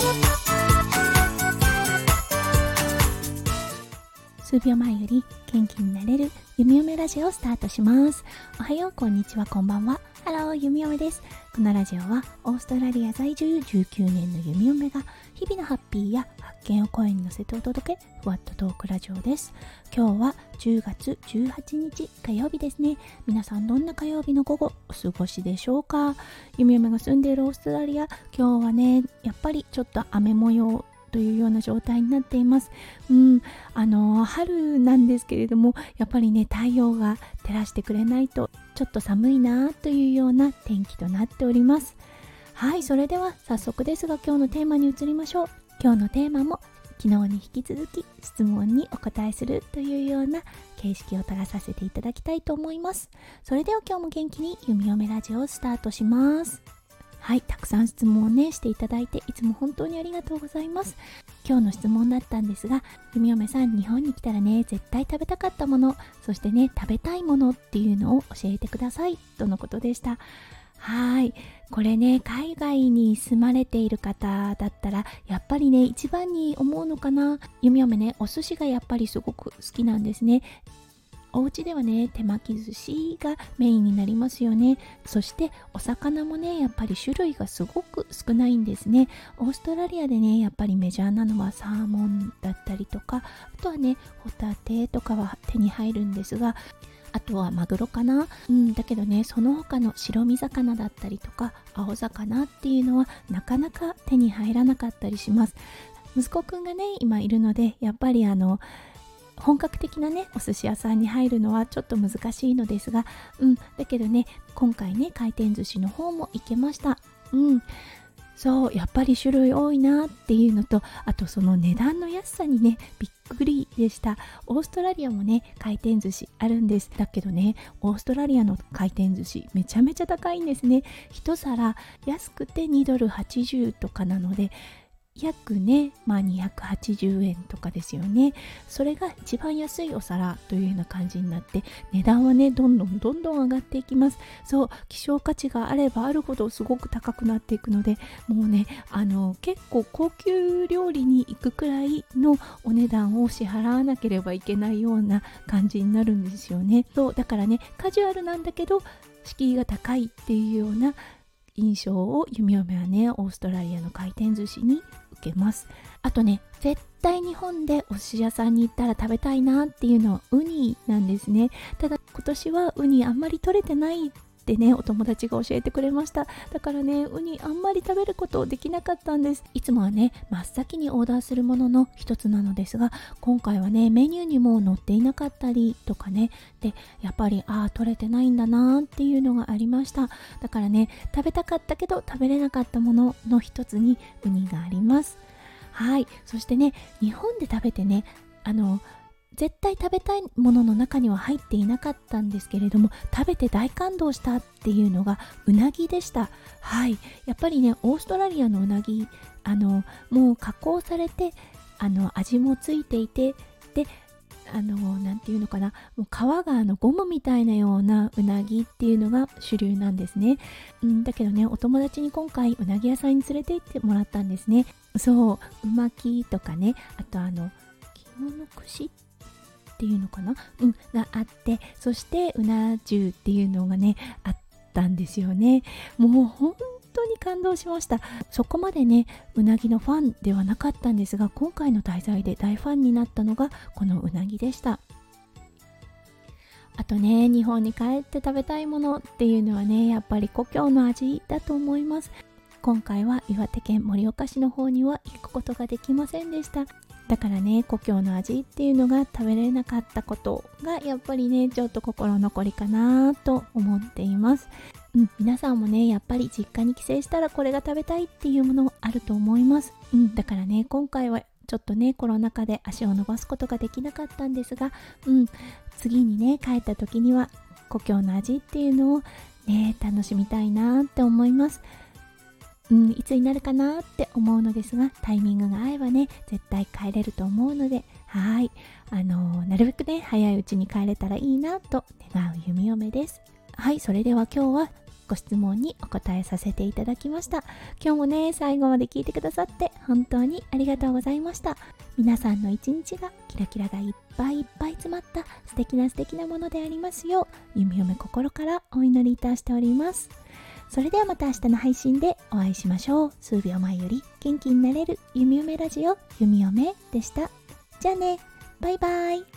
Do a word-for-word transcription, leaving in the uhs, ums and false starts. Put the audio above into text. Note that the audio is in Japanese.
数秒前より元気になれるゆみおめラジオをスタートします。おはよう、こんにちは、こんばんは。ハロー、ゆみおめです。このラジオはオーストラリア在住じゅうきゅうねんのゆみおめが日々のハッピーや発見を声に乗せてお届け、ふわっとトークラジオです。今日はじゅうがつじゅうはちにち火曜日ですね。皆さんどんな火曜日の午後お過ごしでしょうか。ゆみおめが住んでいるオーストラリア、今日はねやっぱりちょっと雨模様というような状態になっています。うん、あの春なんですけれども、やっぱりね太陽が照らしてくれないとちょっと寒いなというような天気となっております。はい、それでは早速ですが今日のテーマに移りましょう。今日のテーマも昨日に引き続き質問にお答えするというような形式を取らさせていただきたいと思います。それでは今日も元気にゆみおめラジオをスタートします。はい、たくさん質問をねしていただいていつも本当にありがとうございます。今日の質問だったんですが、ゆみおめさん、日本に来たらね絶対食べたかったもの、そしてね食べたいものっていうのを教えてくださいとのことでした。はい、これね海外に住まれている方だったらやっぱりね一番に思うのかな。ゆみおめねお寿司がやっぱりすごく好きなんですね。お家ではね手巻き寿司がメインになりますよね。そしてお魚もねやっぱり種類がすごく少ないんですね。オーストラリアでねやっぱりメジャーなのはサーモンだったりとか、あとはねホタテとかは手に入るんですが、あとはマグロかな、うん、だけどねその他の白身魚だったりとか青魚っていうのはなかなか手に入らなかったりします。息子くんがね今いるのでやっぱりあの本格的なねお寿司屋さんに入るのはちょっと難しいのですが、うんだけどね今回ね回転寿司の方も行けました。うんそうやっぱり種類多いなっていうのと、あとその値段の安さにねびっくりでした。オーストラリアもね回転寿司あるんです。だけどねオーストラリアの回転寿司めちゃめちゃ高いんですね。一皿安くてにドルはちじゅうとかなので約ね、まあ、にひゃくはちじゅうえんとかですよね。それが一番安いお皿というような感じになって、値段はねどんどんどんどん上がっていきます。そう希少価値があればあるほどすごく高くなっていくので、もうねあの結構高級料理に行くくらいのお値段を支払わなければいけないような感じになるんですよね。そうだからねカジュアルなんだけど敷居が高いっていうような印象をゆみおめはねオーストラリアの回転寿司に受けます。あとね絶対日本でお寿司屋さんに行ったら食べたいなっていうのはウニなんですね。ただ今年はウニあんまり取れてないってねお友達が教えてくれました。だからねウニあんまり食べることできなかったんです。いつもはね真っ先にオーダーするものの一つなのですが、今回はねメニューにも載っていなかったりとかねでやっぱりああ取れてないんだなっていうのがありました。だからね食べたかったけど食べれなかったものの一つにウニがあります。はい、そしてね日本で食べてねあの絶対食べたいものの中には入っていなかったんですけれども、食べて大感動したっていうのがうなぎでした。はい、やっぱりねオーストラリアのうなぎあのもう加工されてあの味もついていて、であのなんていうのかな、もう皮があのゴムみたいなようなうなぎっていうのが主流なんですね。うん、だけどねお友達に今回うなぎ屋さんに連れて行ってもらったんですね。そううまきとかね、あとあの肝の串っていうのかな、うん、があって、そしてうな重っていうのがねあったんですよね。もう本当に感動しました。そこまでねうなぎのファンではなかったんですが、今回の滞在で大ファンになったのがこのうなぎでした。あとね日本に帰って食べたいものっていうのはねやっぱり故郷の味だと思います。今回は岩手県盛岡市の方には行くことができませんでした。だからね故郷の味っていうのが食べれなかったことがやっぱりねちょっと心残りかなと思っています。うん、皆さんもねやっぱり実家に帰省したらこれが食べたいっていうものあると思います。うん、だからね今回はちょっとねコロナ禍で足を伸ばすことができなかったんですが、うん、次にね帰った時には故郷の味っていうのをね楽しみたいなって思います。うん、いつになるかなって思うのですが、タイミングが合えばね絶対帰れると思うので、はいあのー、なるべくね早いうちに帰れたらいいなと願う弓嫁です。はい、それでは今日はご質問にお答えさせていただきました。今日もね、最後まで聞いてくださって本当にありがとうございました。皆さんの一日がキラキラがいっぱいいっぱい詰まった素敵な素敵なものでありますよう、弓嫁心からお祈りいたしております。それではまた明日の配信でお会いしましょう。数秒前より元気になれる弓嫁ラジオ、弓嫁でした。じゃあね、バイバイ。